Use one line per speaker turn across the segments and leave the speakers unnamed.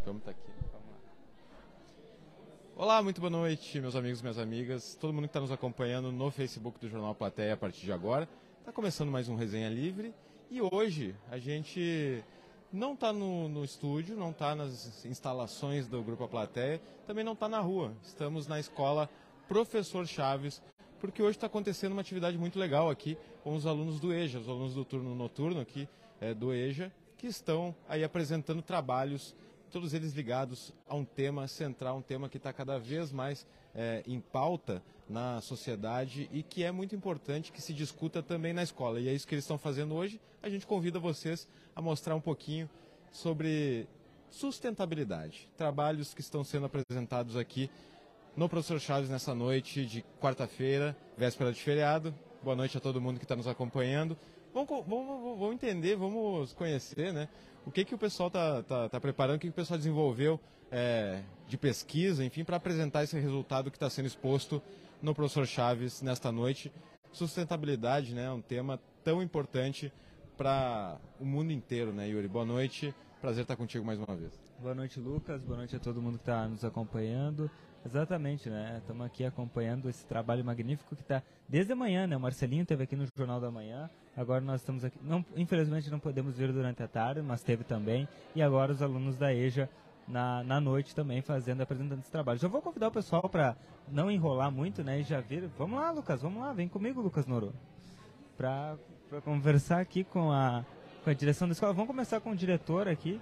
Vamos estar aqui. Vamos lá. Olá, muito boa noite, meus amigos e minhas amigas, todo mundo que está nos acompanhando no Facebook do Jornal Plateia a partir de agora. Está começando mais um Resenha Livre e hoje a gente não está no estúdio, não está nas instalações do Grupo A Plateia, também não está na rua. Estamos na escola Professor Chaves, porque hoje está acontecendo uma atividade muito legal aqui com os alunos do EJA, os alunos do turno noturno aqui do EJA, que estão aí apresentando trabalhos, todos eles ligados a um tema central, um tema que está cada vez mais em pauta na sociedade e que é muito importante que se discuta também na escola. E é isso que eles estão fazendo hoje. A gente convida vocês a mostrar um pouquinho sobre sustentabilidade. Trabalhos que estão sendo apresentados aqui no Professor Chaves nessa noite de quarta-feira, véspera de feriado. Boa noite a todo mundo que está nos acompanhando. Vamos entender, vamos conhecer, né? O que o pessoal tá preparando, o que o pessoal desenvolveu de pesquisa, enfim, para apresentar esse resultado que está sendo exposto no Professor Chaves nesta noite. Sustentabilidade, né? Um tema tão importante para o mundo inteiro, né, Yuri? Boa noite, prazer estar contigo mais uma vez.
Boa noite, Lucas, boa noite a todo mundo que está nos acompanhando. Exatamente, né? Estamos aqui acompanhando esse trabalho magnífico que está desde a manhã, né? O Marcelinho esteve aqui no Jornal da Manhã, agora nós estamos aqui. Não, infelizmente não podemos vir durante a tarde, mas teve também. E agora os alunos da EJA na noite também apresentando esse trabalho. Já vou convidar o pessoal para não enrolar muito, né? E já vir. Vamos lá, Lucas, vamos lá, vem comigo, Lucas Noro, para conversar aqui com a direção da escola. Vamos começar com o diretor aqui.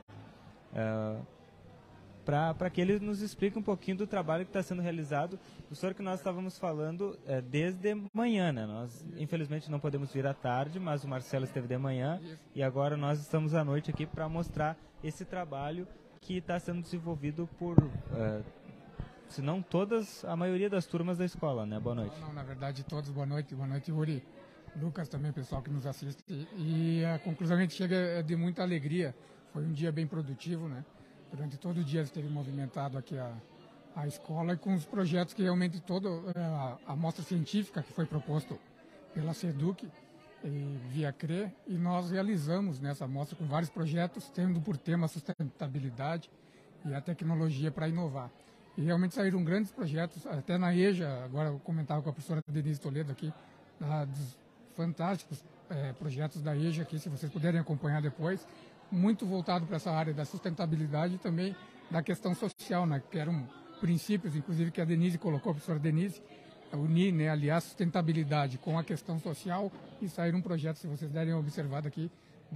Para que ele nos explique um pouquinho do trabalho que está sendo realizado. O senhor que nós estávamos falando desde manhã, né? Nós, infelizmente, não podemos vir à tarde, mas o Marcelo esteve de manhã e agora nós estamos à noite aqui para mostrar esse trabalho que está sendo desenvolvido por, se não todas, a maioria das turmas da escola, né? Boa noite.
Não, na verdade, todos, boa noite, Yuri, Lucas também, pessoal que nos assiste. E a conclusão que a gente chega é de muita alegria. Foi um dia bem produtivo, né? Durante todo o dia esteve movimentado aqui a escola e com os projetos que realmente a mostra científica que foi proposto pela SEDUC via CRE, e nós realizamos nessa mostra com vários projetos, tendo por tema a sustentabilidade e a tecnologia para inovar. E realmente saíram grandes projetos, até na EJA, agora eu comentava com a professora Denise Toledo aqui, dos fantásticos projetos da EJA aqui, se vocês puderem acompanhar depois, muito voltado para essa área da sustentabilidade e também da questão social, né, que eram princípios, inclusive, que a Denise colocou, a professora Denise, unir, né, aliar a sustentabilidade com a questão social e sair um projeto, se vocês derem uma observada aqui,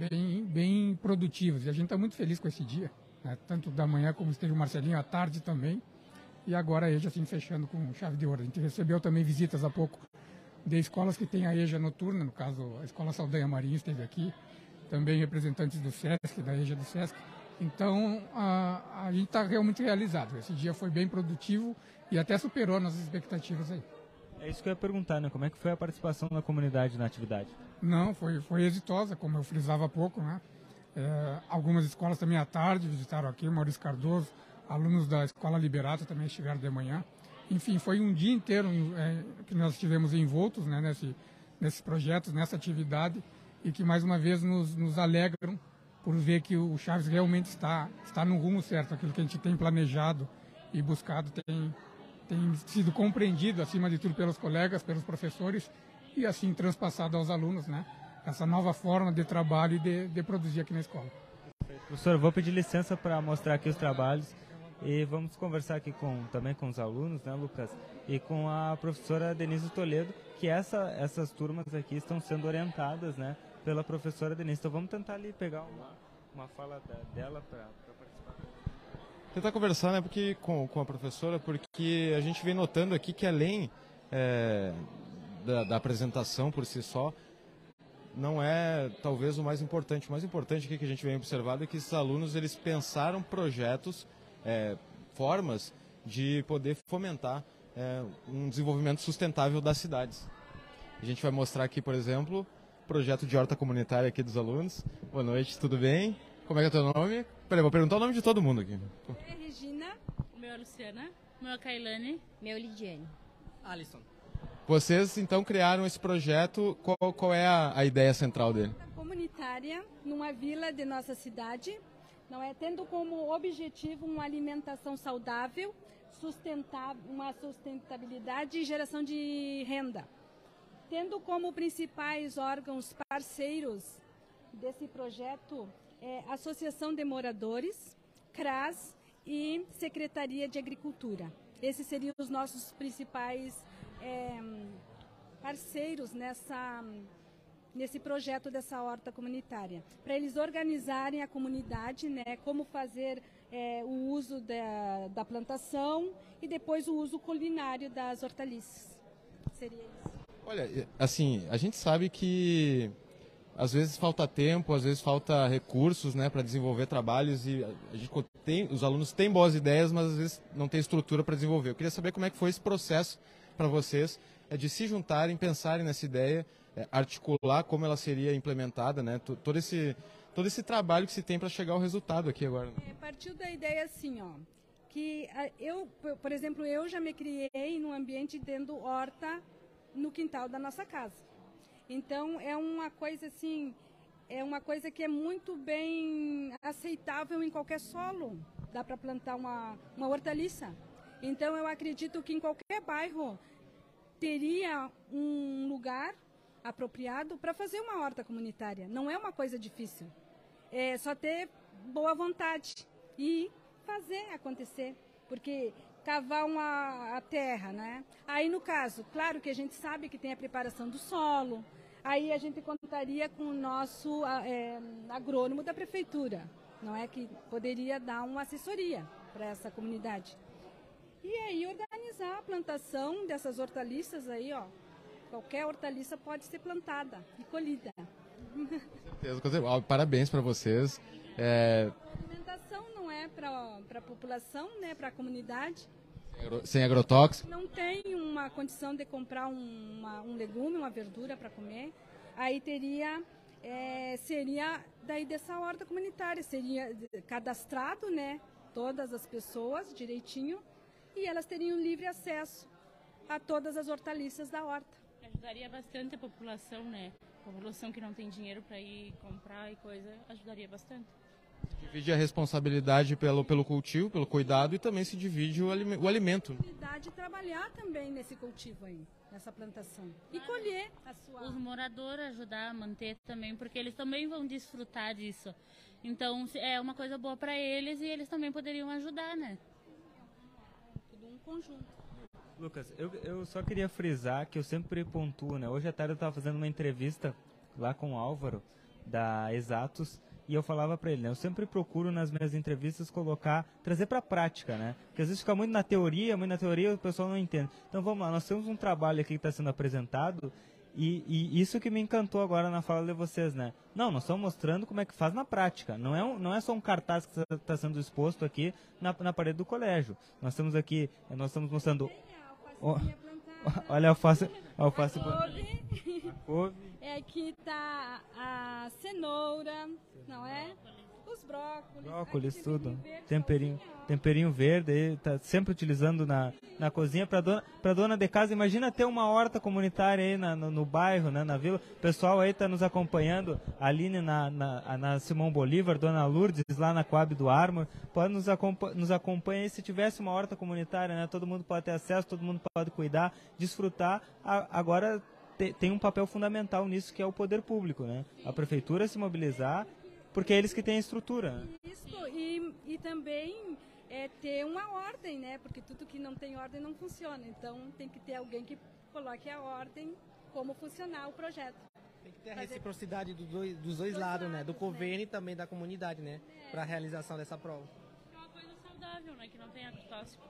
bem produtivos. E a gente está muito feliz com esse dia, né, tanto da manhã como esteve o Marcelinho, à tarde também, e agora a EJA assim, fechando com chave de ouro. A gente recebeu também visitas há pouco de escolas que têm a EJA noturna, no caso a Escola Saldanha Marinho esteve aqui, também representantes do SESC, da EJA do SESC. Então, a gente está realmente realizado. Esse dia foi bem produtivo e até superou nossas expectativas aí.
É isso que eu ia perguntar, né? Como é que foi a participação da comunidade na atividade?
Não, foi exitosa, como eu frisava há pouco, né? Algumas escolas também à tarde visitaram aqui, Maurício Cardoso, alunos da Escola Liberato também chegaram de manhã. Enfim, foi um dia inteiro que nós estivemos envoltos, né, nesses projetos, nessa atividade, e que mais uma vez nos alegram por ver que o Chaves realmente está no rumo certo. Aquilo que a gente tem planejado e buscado tem sido compreendido, acima de tudo, pelos colegas, pelos professores e assim transpassado aos alunos, né? Essa nova forma de trabalho e de produzir aqui na escola.
Professor, eu vou pedir licença para mostrar aqui os trabalhos e vamos conversar aqui também com os alunos, né, Lucas? E com a professora Denise Toledo, que essas turmas aqui estão sendo orientadas, né, pela professora Denise. Então vamos tentar ali pegar uma fala dela para participar.
Tentar conversar, né, com a professora, porque a gente vem notando aqui que além da apresentação por si só, não é talvez o mais importante. O mais importante aqui que a gente vem observando é que esses alunos eles pensaram projetos, formas de poder fomentar um desenvolvimento sustentável das cidades. A gente vai mostrar aqui, por exemplo, o projeto de horta comunitária aqui dos alunos. Boa noite, tudo bem? Como é que é o teu nome? Peraí, vou perguntar o nome de todo mundo aqui.
Meu é Regina.
O meu é Luciana. O meu é Kailane.
Meu é Lidiane.
Alisson.
Vocês, então, criaram esse projeto. Qual é a ideia central dele?
Comunitária, numa vila de nossa cidade, não é? Tendo como objetivo uma alimentação saudável, uma sustentabilidade e geração de renda. Tendo como principais órgãos parceiros desse projeto a Associação de Moradores, CRAS e Secretaria de Agricultura. Esses seriam os nossos principais parceiros nesse projeto dessa horta comunitária, para eles organizarem a comunidade, né, como fazer o uso da plantação e depois o uso culinário das hortaliças. Seria isso.
Olha, assim, a gente sabe que às vezes falta tempo, às vezes falta recursos, né, para desenvolver trabalhos e os alunos têm boas ideias, mas às vezes não tem estrutura para desenvolver. Eu queria saber como é que foi esse processo para vocês de se juntarem, pensarem nessa ideia, articular como ela seria implementada, né, todo esse trabalho que se tem para chegar ao resultado aqui agora.
Partiu da ideia assim, ó, que por exemplo, eu já me criei num ambiente dentro horta no quintal da nossa casa. Então, é uma coisa assim, que é muito bem aceitável em qualquer solo. Dá para plantar uma hortaliça. Então, eu acredito que em qualquer bairro teria um lugar apropriado para fazer uma horta comunitária. Não é uma coisa difícil. É só ter boa vontade e fazer acontecer. Porque cavar a terra, né? Aí, no caso, claro que a gente sabe que tem a preparação do solo. Aí a gente contaria com o nosso agrônomo da prefeitura, não é, que poderia dar uma assessoria para essa comunidade. E aí organizar a plantação dessas hortaliças aí, ó. Qualquer hortaliça pode ser plantada e colhida.
Com certeza. Parabéns para vocês.
A alimentação não é para a população, né, para a comunidade.
Sem agrotóxico?
Não tem uma condição de comprar um legume, uma verdura para comer. Aí seria daí dessa horta comunitária, seria cadastrado, né, todas as pessoas direitinho e elas teriam livre acesso a todas as hortaliças da horta.
Ajudaria bastante a população, né? A população que não tem dinheiro para ir comprar e coisa, ajudaria bastante.
Divide a responsabilidade pelo cultivo, pelo cuidado e também se divide o alimento.
De trabalhar também nesse cultivo aí, nessa plantação. E colher a sua...
Os moradores ajudar a manter também, porque eles também vão desfrutar disso. Então é uma coisa boa para eles e eles também poderiam ajudar, né?
Tudo um conjunto.
Lucas, eu só queria frisar que eu sempre pontuo, né? Hoje à tarde eu estava fazendo uma entrevista lá com o Álvaro, da Exatos, e eu falava para ele, né? Eu sempre procuro nas minhas entrevistas trazer para a prática, né? Porque às vezes fica muito na teoria o pessoal não entende. Então vamos lá, nós temos um trabalho aqui que está sendo apresentado e isso que me encantou agora na fala de vocês, né? Não, nós estamos mostrando como é que faz na prática. Não é só um cartaz que está sendo exposto aqui na parede do colégio. Nós estamos mostrando... Olha a alface. A couve.
Aqui está a cenoura, não é? Os
brócolis, tudo. Temperinho verde, tá sempre utilizando na cozinha para dona de casa. Imagina ter uma horta comunitária aí no bairro, né, na vila. O pessoal aí está nos acompanhando, a Aline na Simão Bolívar, Dona Lourdes lá na Coab do Armor, pode nos acompanhar aí se tivesse uma horta comunitária, né? Todo mundo pode ter acesso, todo mundo pode cuidar, desfrutar. Agora tem um papel fundamental nisso, que é o poder público, né? A prefeitura se mobilizar, porque é eles que têm a estrutura.
Isso, e também ter uma ordem, né? Porque tudo que não tem ordem não funciona. Então tem que ter alguém que coloque a ordem, como funcionar o projeto.
Tem que ter a reciprocidade dos dois lados, né? Do governo e também da comunidade, né? Para a realização dessa prova.
É uma coisa saudável, né? Que não tem agrotóxico.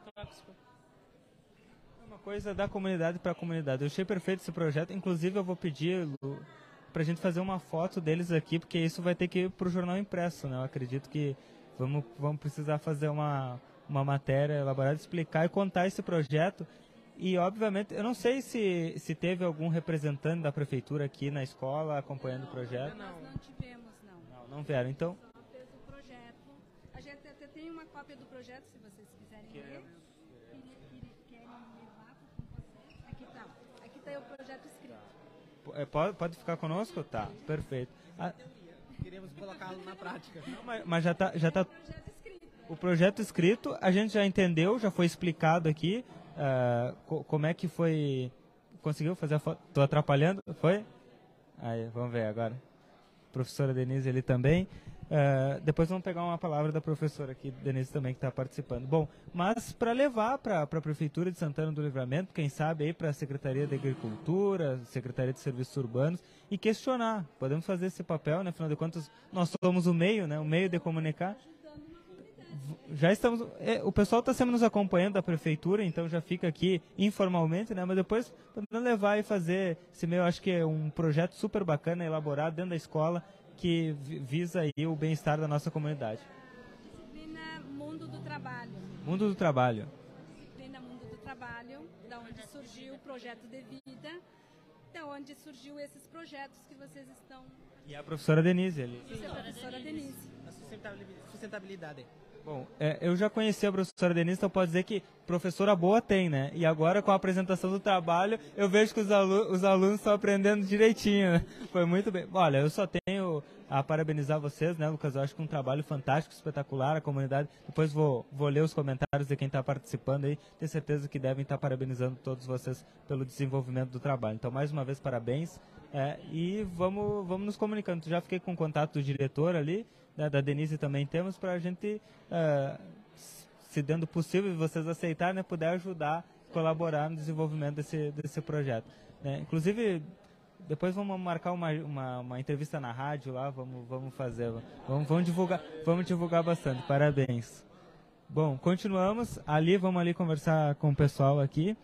É uma coisa da comunidade para a comunidade. Eu achei perfeito esse projeto. Inclusive eu vou pedir para a gente fazer uma foto deles aqui, porque isso vai ter que ir para o jornal impresso, né? Eu acredito que vamos precisar fazer uma matéria elaborada, explicar e contar esse projeto. E, obviamente, eu não sei se teve algum representante da prefeitura aqui na escola acompanhando o projeto.
Nós não tivemos, não.
Não vieram, então...
Só fez o projeto. A gente até tem uma cópia do projeto, se vocês quiserem ler. Querem levar com vocês? Aqui está o projeto escrito.
Pode ficar conosco? Tá, perfeito.
Queremos colocá-lo na prática.
Mas já tá o projeto escrito, a gente já entendeu, já foi explicado aqui como é que foi. Conseguiu fazer a foto? Tô atrapalhando? Foi? Aí, vamos ver agora. Professora Denise ali também. Depois vamos pegar uma palavra da professora aqui, Denise também, que está participando. Bom, mas para levar para a Prefeitura de Santana do Livramento, quem sabe aí para a Secretaria de Agricultura, Secretaria de Serviços Urbanos, e questionar. Podemos fazer esse papel, né? Afinal de contas, nós somos o meio, né? O meio de comunicar. Já estamos. O pessoal está sempre nos acompanhando da Prefeitura, então já fica aqui informalmente, né? Mas depois podemos levar e fazer esse meio, acho que é um projeto super bacana, elaborado dentro da escola, que visa aí o bem-estar da nossa comunidade.
Disciplina Mundo do Trabalho.
Mundo do Trabalho.
Disciplina Mundo do Trabalho, da onde surgiu o projeto de vida, da onde surgiu esses projetos que vocês estão...
E a professora Denise ali.
Isso é a professora Denise.
A sustentabilidade.
Bom, eu já conheci a professora Denise, então pode dizer que professora boa tem, né? E agora com a apresentação do trabalho, eu vejo que os alunos estão aprendendo direitinho, né? Foi muito bem. Olha, eu só tenho a parabenizar vocês, né, Lucas? Eu acho que um trabalho fantástico, espetacular, a comunidade. Depois vou ler os comentários de quem está participando aí. Tenho certeza que devem estar parabenizando todos vocês pelo desenvolvimento do trabalho. Então, mais uma vez, parabéns. E vamos nos comunicando. Já fiquei com o contato do diretor ali, da Denise também temos, para a gente, se dando possível, vocês aceitarem, né, puder ajudar, colaborar no desenvolvimento desse projeto. Né? Inclusive, depois vamos marcar uma entrevista na rádio lá, vamos fazer, vamos divulgar bastante. Parabéns. Bom, continuamos. Vamos ali conversar com o pessoal aqui.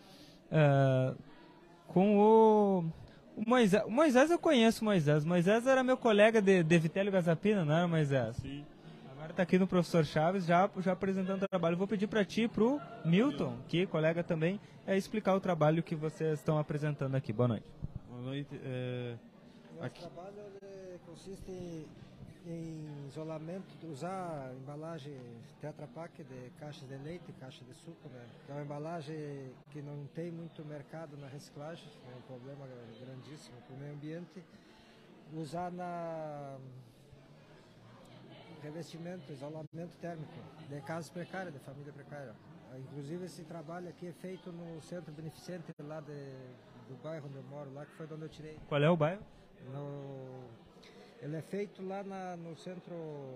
Com o Moisés, eu conheço o Moisés. Moisés era meu colega de Vitélio Gazapina, não era, Moisés? Sim. Agora está aqui no Professor Chaves, já apresentando o trabalho. Vou pedir para ti e para o Milton, que colega também, explicar o trabalho que vocês estão apresentando aqui. Boa noite.
Boa noite.
O trabalho consiste em isolamento, usar embalagem Tetra Pak de caixas de leite, caixa de suco, né? É uma embalagem que não tem muito mercado na reciclagem, é um problema grandíssimo para o meio ambiente. Usar na revestimento, isolamento térmico de casas precárias, de família precária. Inclusive esse trabalho aqui é feito no centro beneficente lá do bairro onde eu moro, lá que foi de onde eu tirei.
Qual é o bairro?
Ele é feito lá no centro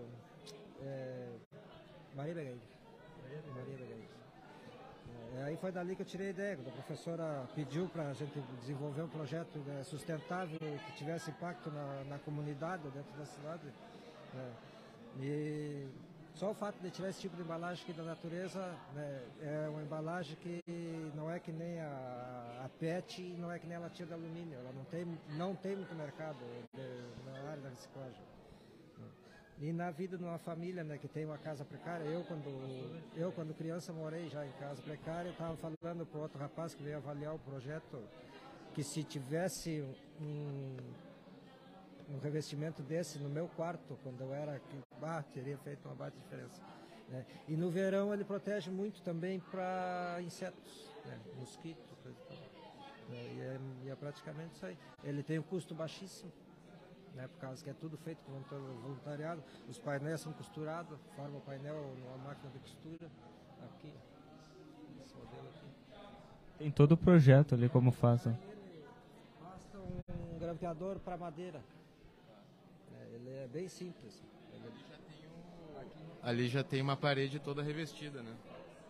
Maria Begaide. Aí foi dali que eu tirei a ideia, quando a professora pediu para a gente desenvolver um projeto sustentável que tivesse impacto na comunidade, dentro da cidade. E só o fato de tirar esse tipo de embalagem aqui da natureza, né, é uma embalagem que não é que nem a PET e não é que nem a latinha de alumínio. Ela não tem muito mercado na área da reciclagem. E na vida de uma família, né, que tem uma casa precária, eu quando criança morei já em casa precária, eu estava falando para outro rapaz que veio avaliar o projeto, que se tivesse um revestimento desse no meu quarto, quando eu era aqui, teria feito uma baita diferença. Né? E no verão ele protege muito também para insetos, né? Mosquitos, coisa e tal. E é praticamente isso aí. Ele tem um custo baixíssimo, né? Por causa que é tudo feito com voluntariado. Os painéis são costurados, forma o painel numa máquina de costura. Aqui, esse modelo aqui.
Tem todo o projeto ali, como façam.
Basta um grampeador para madeira. Ele é bem simples.
Ali já tem uma parede toda revestida, né?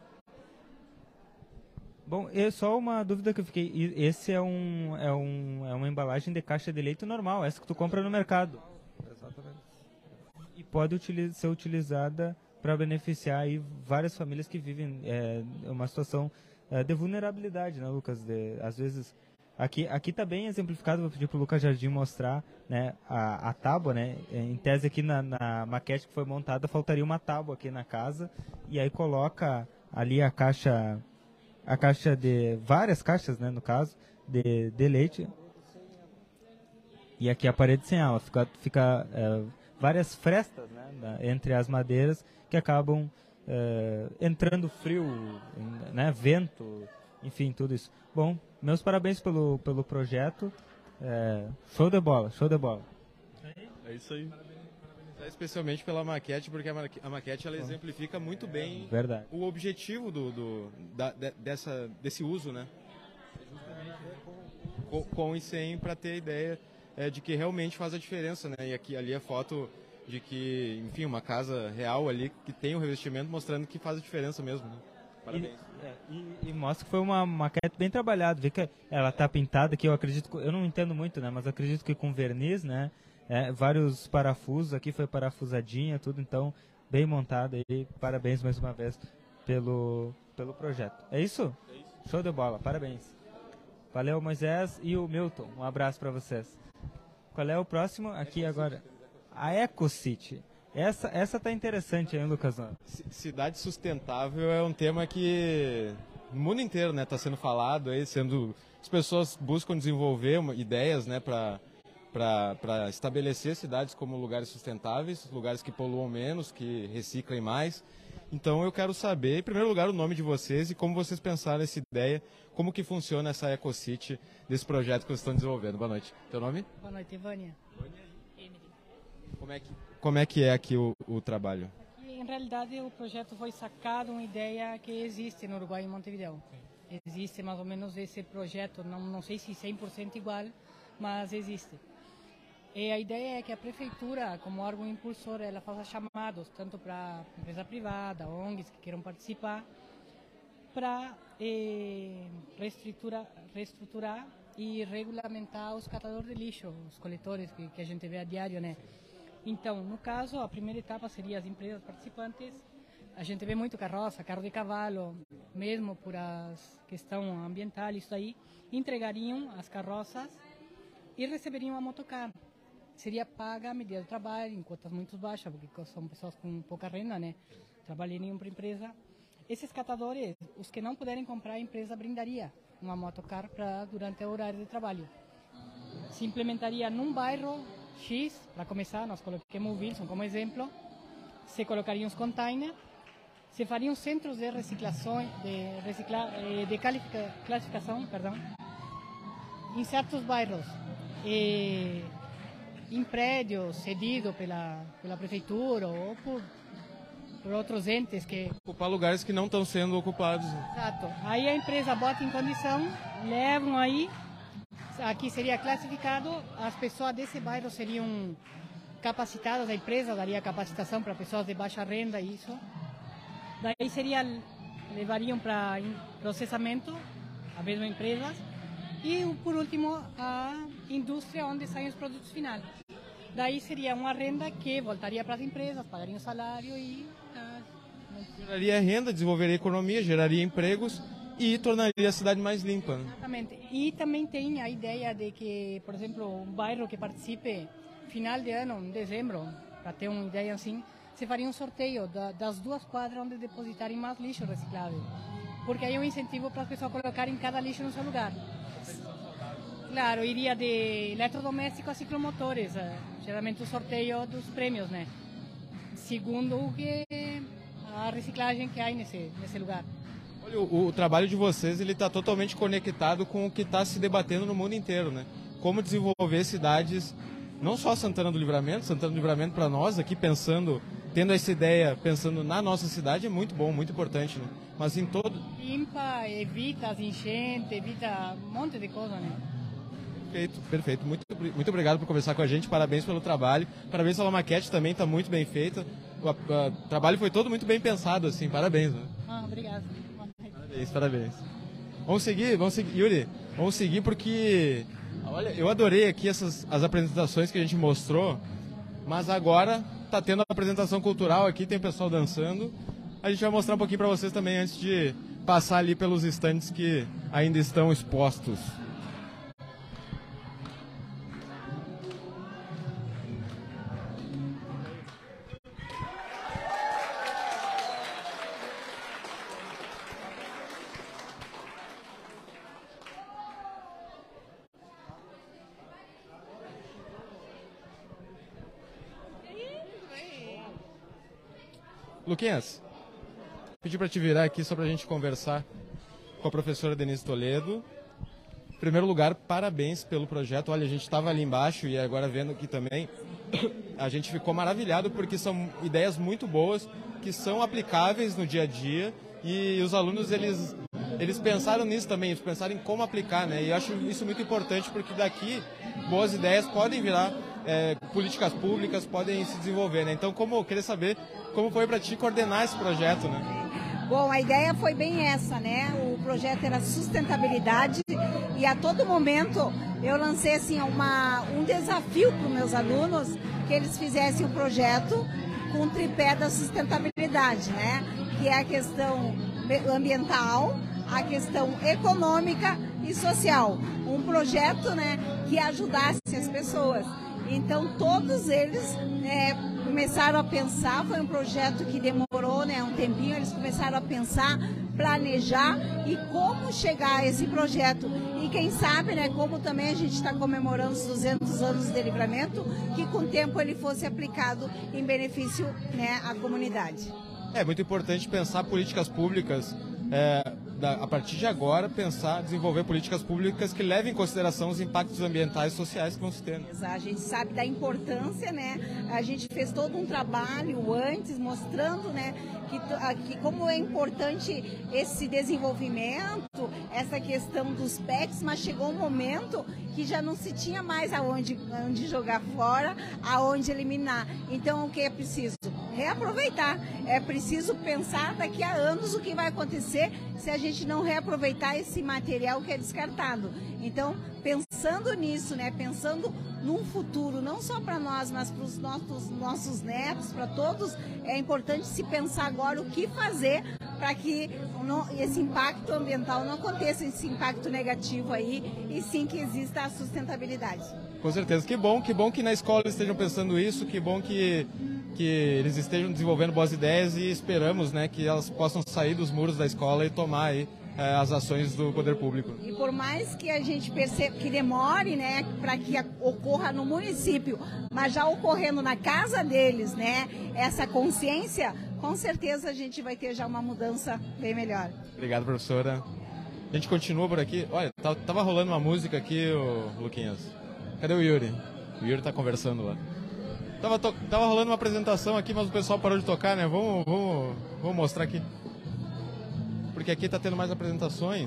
Bom, só uma dúvida que eu fiquei. Esse é uma embalagem de caixa de leite normal, essa que tu compra no mercado.
Exatamente.
E pode ser utilizada para beneficiar aí várias famílias que vivem uma situação de vulnerabilidade, né, Lucas? Às vezes... Aqui está bem exemplificado, vou pedir para o Lucas Jardim mostrar, né, a tábua, né, em tese aqui na maquete que foi montada, faltaria uma tábua aqui na casa, e aí coloca ali a caixa de, várias caixas, né, no caso, de leite, e aqui a parede sem água, fica várias frestas, né, entre as madeiras que acabam entrando frio, né, vento, enfim, tudo isso. Bom, meus parabéns pelo projeto. Show de bola, show de bola.
É isso aí.
Especialmente pela maquete, porque a maquete ela exemplifica muito bem
Verdade.
o objetivo desse uso, né? Com e sem, para ter a ideia de que realmente faz a diferença, né? E aqui ali a foto de que, enfim, uma casa real ali que tem o revestimento mostrando que faz a diferença mesmo, né? Parabéns.
E mostra que foi uma maquete bem trabalhada. Vê que ela tá pintada aqui, eu acredito, eu não entendo muito, né? Mas acredito que com verniz, né? Vários parafusos aqui, foi parafusadinha, tudo, então bem montada aí. Parabéns mais uma vez pelo projeto. É isso? É isso. Show de bola, parabéns. Valeu, Moisés e o Milton. Um abraço para vocês. Qual é o próximo? Aqui agora. A EcoCity. Essa tá interessante aí, Lucas.
Cidade sustentável é um tema que no mundo inteiro, né, tá sendo falado aí, as pessoas buscam desenvolver ideias, né, para estabelecer cidades como lugares sustentáveis, lugares que poluam menos, que reciclem mais. Então eu quero saber, em primeiro lugar, o nome de vocês e como vocês pensaram essa ideia, como que funciona essa EcoCity desse projeto que vocês estão desenvolvendo. Boa noite. Teu nome?
Boa noite, Vânia.
Como é que é aqui o trabalho?
Aqui, em realidade, o projeto foi sacado uma ideia que existe no Uruguai, em Montevideo. Existe mais ou menos esse projeto, não sei se 100% igual, mas existe. E a ideia é que a prefeitura, como órgão impulsor, ela faça chamados tanto para empresa privada, ONGs que queiram participar, para reestruturar e regulamentar os catadores de lixo, os coletores que a gente vê a diário, né? Então, no caso, a primeira etapa seria as empresas participantes. A gente vê muito carroça, carro de cavalo, mesmo por a questão ambiental, isso aí, entregariam as carroças e receberiam a motocar. Seria paga a medida do trabalho, em cotas muito baixas, porque são pessoas com pouca renda, né? Trabalhariam para a empresa. Esses catadores, os que não puderem comprar, a empresa brindaria uma motocar durante o horário de trabalho. Se implementaria num bairro X, para começar, nós coloquemos o Wilson como exemplo, se colocariam os containers, se fariam centros de reciclação, classificação, em certos bairros, em prédios cedidos pela prefeitura ou por outros entes que...
Ocupar lugares que não estão sendo ocupados.
Exato. Aí a empresa bota em condição, levam aí, aqui seria classificado, as pessoas desse bairro seriam capacitadas, a empresa daria capacitação para pessoas de baixa renda, isso. Daí levariam para processamento, a mesma empresa, e por último a indústria onde saem os produtos finais. Daí seria uma renda que voltaria para as empresas, pagariam salário e...
Geraria renda, desenvolveria economia, geraria empregos e tornaria a cidade mais limpa. Né?
Exatamente. E também tem a ideia de que, por exemplo, um bairro que participe final de ano, em dezembro, para ter uma ideia assim, se faria um sorteio das 2 quadras onde depositarem mais lixo reciclável. Porque aí é um incentivo para as pessoas colocarem cada lixo no seu lugar. Claro, iria de eletrodoméstico a ciclomotores, geralmente o sorteio dos prêmios, né? Segundo o que a reciclagem que há nesse lugar.
Olha, o trabalho de vocês ele está totalmente conectado com o que está se debatendo no mundo inteiro, né? Como desenvolver cidades, não só Santana do Livramento para nós aqui tendo essa ideia, pensando na nossa cidade é muito bom, muito importante, né? Mas em todo...
Limpa, evita as enchentes, evita um monte de coisa, né?
Perfeito. Muito obrigado por conversar com a gente, parabéns pelo trabalho, parabéns pela maquete também, está muito bem feita. O trabalho foi todo muito bem pensado, assim, parabéns. Né?
Obrigado.
Parabéns. Vamos seguir, Yuri, vamos seguir porque, olha, eu adorei aqui as apresentações que a gente mostrou, mas agora está tendo a apresentação cultural aqui, tem o pessoal dançando. A gente vai mostrar um pouquinho para vocês também antes de passar ali pelos estandes que ainda estão expostos. Luquinhas, pedi para te virar aqui só para a gente conversar com a professora Denise Toledo. Em primeiro lugar, parabéns pelo projeto. Olha, a gente estava ali embaixo e agora vendo aqui também a gente ficou maravilhado porque são ideias muito boas, que são aplicáveis no dia a dia, e os alunos, eles pensaram nisso também, eles pensaram em como aplicar, né? E eu acho isso muito importante, porque daqui boas ideias podem virar políticas públicas, podem se desenvolver, né? Então, eu queria saber como foi para ti coordenar esse projeto, né?
Bom, a ideia foi bem essa, né? O projeto era sustentabilidade e a todo momento eu lancei assim um desafio para os meus alunos, que eles fizessem um projeto com o tripé da sustentabilidade, né? Que é a questão ambiental, a questão econômica e social. Um projeto, né, que ajudasse as pessoas. Então, todos eles começaram a pensar, foi um projeto que demorou, né, um tempinho, eles começaram a pensar, planejar e como chegar a esse projeto. E quem sabe, né, como também a gente está comemorando os 200 anos de Livramento, que com o tempo ele fosse aplicado em benefício, né, à comunidade.
É muito importante pensar políticas públicas, a partir de agora, desenvolver políticas públicas que levem em consideração os impactos ambientais e sociais que vão se ter.
A gente sabe da importância, né? A gente fez todo um trabalho antes, mostrando, né, que como é importante esse desenvolvimento, essa questão dos pets, mas chegou um momento que já não se tinha mais aonde jogar fora, aonde eliminar. Então, o que é preciso? Reaproveitar. É preciso pensar daqui a anos o que vai acontecer se a gente não reaproveitar esse material que é descartado. Então, pensando nisso, né, pensando num futuro, não só para nós, mas para os nossos netos, para todos, é importante se pensar agora o que fazer para que esse impacto ambiental não aconteça, esse impacto negativo aí, e sim que exista a sustentabilidade.
Com certeza. Que bom que na escola eles estejam pensando isso, que bom que eles estejam desenvolvendo boas ideias, e esperamos, né, que elas possam sair dos muros da escola e tomar aí as ações do poder público.
E por mais que a gente perceba que demore, né, para que ocorra no município, mas já ocorrendo na casa deles, né, essa consciência, com certeza a gente vai ter já uma mudança bem melhor.
Obrigado, professora. A gente continua por aqui. Olha, tava rolando uma música aqui, Luquinhas. Cadê o Yuri? O Yuri tá conversando lá. Tava rolando uma apresentação aqui, mas o pessoal parou de tocar, né? Vamos mostrar aqui. Porque aqui tá tendo mais apresentações.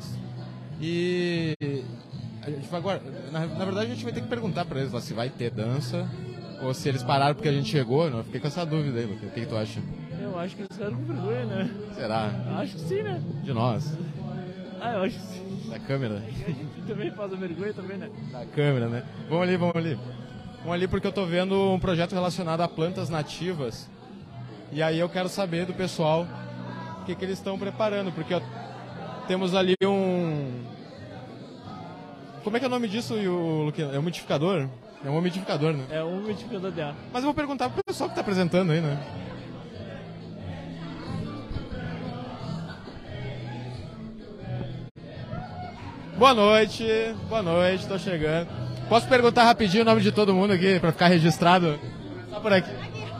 E a gente vai agora, na verdade a gente vai ter que perguntar para eles lá se vai ter dança ou se eles pararam porque a gente chegou. Eu fiquei com essa dúvida aí, Lucas. O que tu acha?
Eu acho que eles ficaram com vergonha, né?
Será?
Acho que sim, né?
De nós?
Eu acho que sim.
Da câmera?
A gente também faz a vergonha também, né?
Da câmera, né? Vamos ali. Vamos ali porque eu tô vendo um projeto relacionado a plantas nativas. E aí eu quero saber do pessoal o que eles estão preparando, porque temos ali Como é que é o nome disso, Luquinha? É um umidificador? É um umidificador, né?
É um umidificador de ar.
Mas eu vou perguntar pro pessoal que tá apresentando aí, né? Boa noite, tô chegando. Posso perguntar rapidinho o nome de todo mundo aqui, pra ficar registrado? Só por aqui.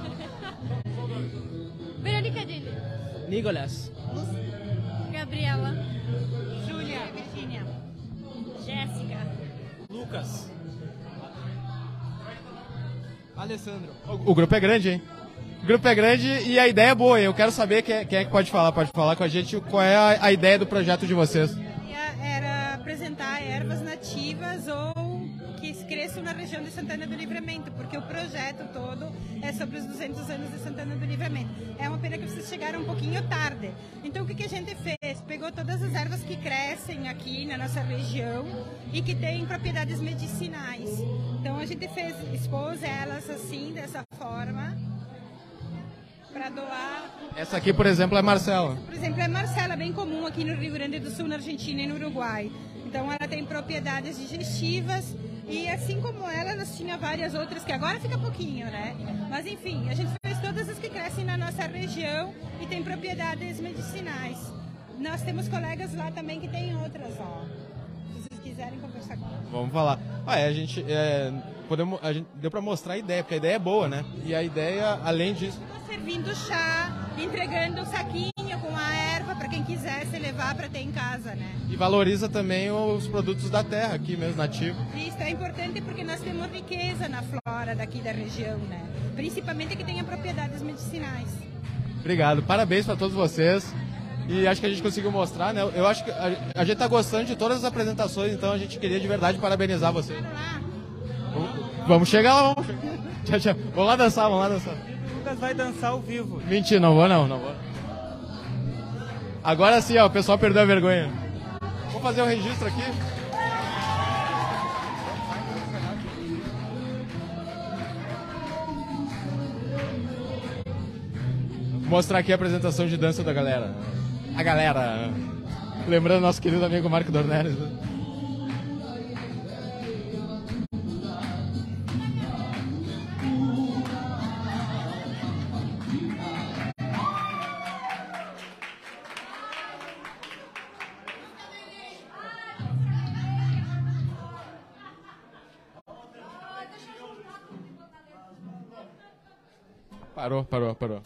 Verônica Dili.
Nicolas.
Gabriela. Júlia. Virgínia. Jéssica.
Lucas. Alessandro.
O grupo é grande, hein? O grupo é grande e a ideia é boa, hein? Eu quero saber quem é que pode falar com a gente, qual é a ideia do projeto de vocês.
Era apresentar ervas nativas ou que cresçam na região de Santana do Livramento, porque o projeto todo é sobre os 200 anos de Santana do Livramento. É uma pena que vocês chegaram um pouquinho tarde. Então o que a gente fez? Pegou todas as ervas que crescem aqui na nossa região e que têm propriedades medicinais. Então a gente expôs elas assim, dessa forma, para doar.
Essa aqui, por exemplo, é Marcela.
Por exemplo, é Marcela, bem comum aqui no Rio Grande do Sul, na Argentina e no Uruguai. Então ela tem propriedades digestivas e assim como ela, nós tinha várias outras que agora fica pouquinho, né? Mas enfim, a gente fez todas as que crescem na nossa região e tem propriedades medicinais. Nós temos colegas lá também que tem outras, ó. Se vocês quiserem conversar com eles.
Vamos falar. A gente deu para mostrar a ideia, porque a ideia é boa, né? E a ideia, além disso...
Servindo chá, entregando um saquinho com a erva para quem quisesse pudesse levar para ter em casa, né?
E valoriza também os produtos da terra aqui mesmo, nativo.
Isso é importante porque nós temos riqueza na flora daqui da região, né? Principalmente que tenha propriedades medicinais.
Obrigado, parabéns para todos vocês. E acho que a gente conseguiu mostrar, né? Eu acho que a gente tá gostando de todas as apresentações, então a gente queria de verdade parabenizar vocês. Vamos chegar lá, vamos chegar. Tchau, tchau. Vamos lá dançar, vamos lá dançar.
O Lucas vai dançar ao vivo.
Mentira, não vou. Agora sim, ó, o pessoal perdeu a vergonha. Vou fazer o registro aqui. Vou mostrar aqui a apresentação de dança da galera. A galera. Lembrando nosso querido amigo Marco Dornelles. Parou.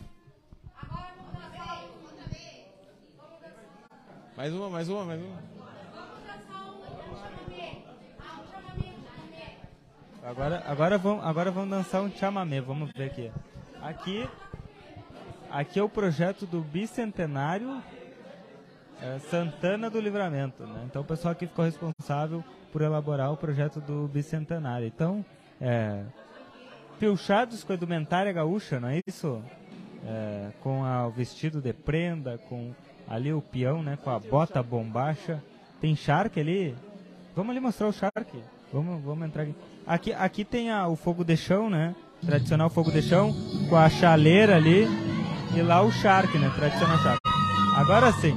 Mais uma.
Agora vamos dançar um chamamé, vamos ver aqui. Aqui é o projeto do Bicentenário Santana do Livramento, né? Então o pessoal aqui ficou responsável por elaborar o projeto do Bicentenário. Então, pilchados com a indumentária gaúcha, não é isso? Com o vestido de prenda, com ali o peão, né? Com a bota bombacha. Tem charque ali? Vamos ali mostrar o charque. Vamos entrar aqui. Aqui tem o fogo de chão, né? Tradicional fogo de chão, com a chaleira ali. E lá o charque, né? Tradicional charque. Agora sim.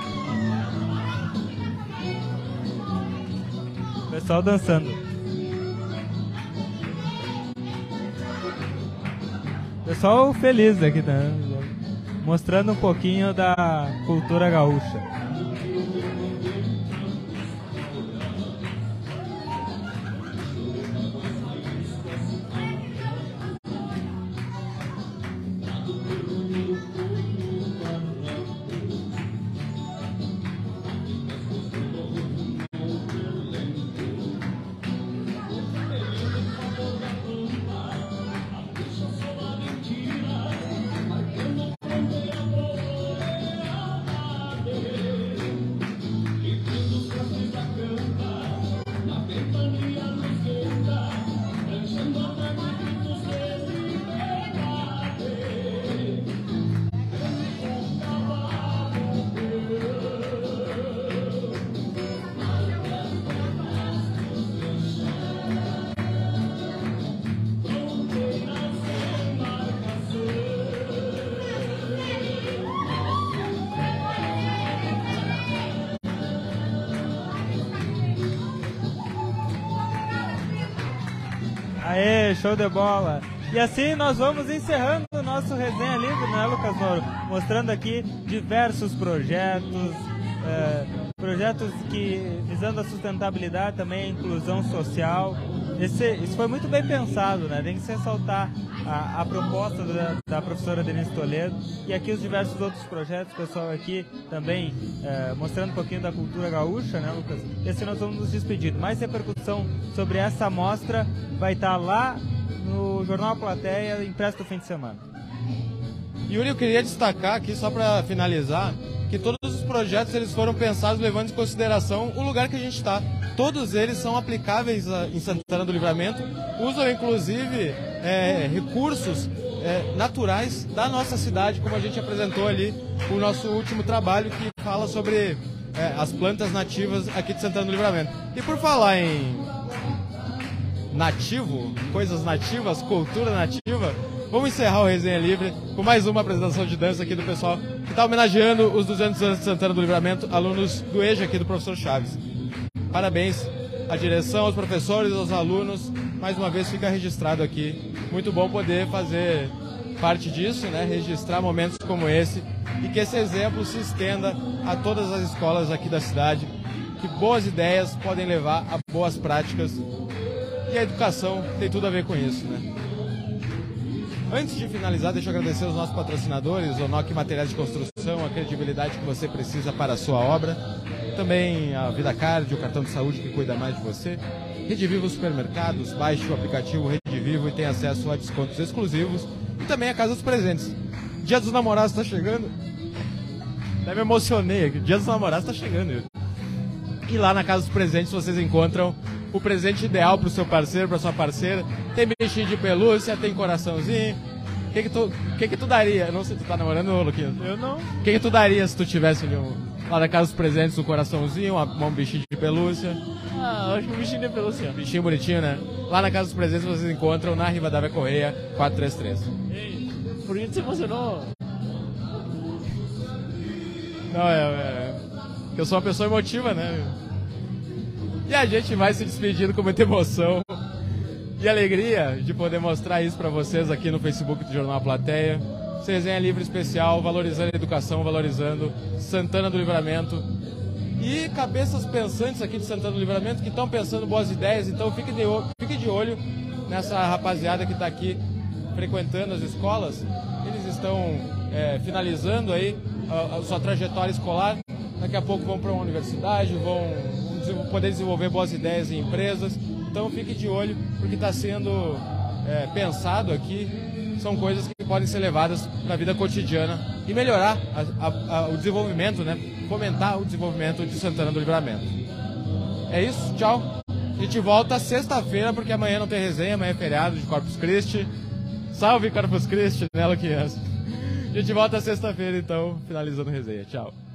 O pessoal dançando. Pessoal feliz aqui, né? Mostrando um pouquinho da cultura gaúcha. Aê, show de bola! E assim nós vamos encerrando o nosso Resenha Livre, né, Lucas Moro? Mostrando aqui diversos projetos, projetos que visando a sustentabilidade, também a inclusão social. Isso foi muito bem pensado, né? Tem que se ressaltar a proposta da professora Denise Toledo e aqui os diversos outros projetos, pessoal aqui também mostrando um pouquinho da cultura gaúcha, né, Lucas? E assim nós vamos nos despedir. Mais repercussão sobre essa mostra vai estar lá no Jornal A Plateia, impresso do fim de semana.
Yuri, eu queria destacar aqui, só para finalizar, que todos os projetos eles foram pensados levando em consideração o lugar que a gente está. Todos eles são aplicáveis em Santana do Livramento, usam inclusive recursos naturais da nossa cidade, como a gente apresentou ali o nosso último trabalho que fala sobre as plantas nativas aqui de Santana do Livramento. E por falar em nativo, coisas nativas, cultura nativa, vamos encerrar o Resenha Livre com mais uma apresentação de dança aqui do pessoal que está homenageando os 200 anos de Santana do Livramento, alunos do EJA aqui do professor Chaves. Parabéns à direção, aos professores, aos alunos. Mais uma vez fica registrado aqui. Muito bom poder fazer parte disso, né? Registrar momentos como esse e que esse exemplo se estenda a todas as escolas aqui da cidade, que boas ideias podem levar a boas práticas e a educação tem tudo a ver com isso, né? Antes de finalizar, deixa eu agradecer aos nossos patrocinadores, o NOC Materiais de Construção, a credibilidade que você precisa para a sua obra. Também a Vida Card, o cartão de saúde que cuida mais de você. Rede Vivo Supermercados, baixe o aplicativo Rede Vivo e tenha acesso a descontos exclusivos. E também a Casa dos Presentes. Dia dos Namorados está chegando. Até me emocionei aqui. Dia dos Namorados está chegando. E lá na Casa dos Presentes vocês encontram o presente ideal para o seu parceiro, para sua parceira. Tem bichinho de pelúcia, tem coraçãozinho. O que tu daria? Eu não sei, tu tá namorando, Luquinhas?
Eu não.
O que tu daria se tu tivesse lá na Casa dos Presentes um coraçãozinho, um bichinho de pelúcia?
Ah, acho que um bichinho de pelúcia.
Bichinho bonitinho, né? Lá na Casa dos Presentes vocês encontram na Rivadavia Correia 433.
Ei, por que você emocionou?
Não, eu sou uma pessoa emotiva, né? E a gente vai se despedindo com muita emoção e alegria de poder mostrar isso para vocês aqui no Facebook do Jornal A Plateia. Essa resenha livre especial, valorizando a educação, valorizando Santana do Livramento. E cabeças pensantes aqui de Santana do Livramento que estão pensando boas ideias, então fique de olho nessa rapaziada que está aqui frequentando as escolas. Eles estão finalizando aí a sua trajetória escolar. Daqui a pouco vão para uma universidade, vão poder desenvolver boas ideias em empresas. Então fique de olho, porque está sendo pensado aqui. São coisas que podem ser levadas para a vida cotidiana e melhorar o desenvolvimento, né? Fomentar o desenvolvimento de Santana do Livramento. É isso, tchau. A gente volta sexta-feira, porque amanhã não tem resenha, amanhã é feriado de Corpus Christi. Salve Corpus Christi, né, Luquinhas? A gente volta sexta-feira, então, finalizando a resenha. Tchau.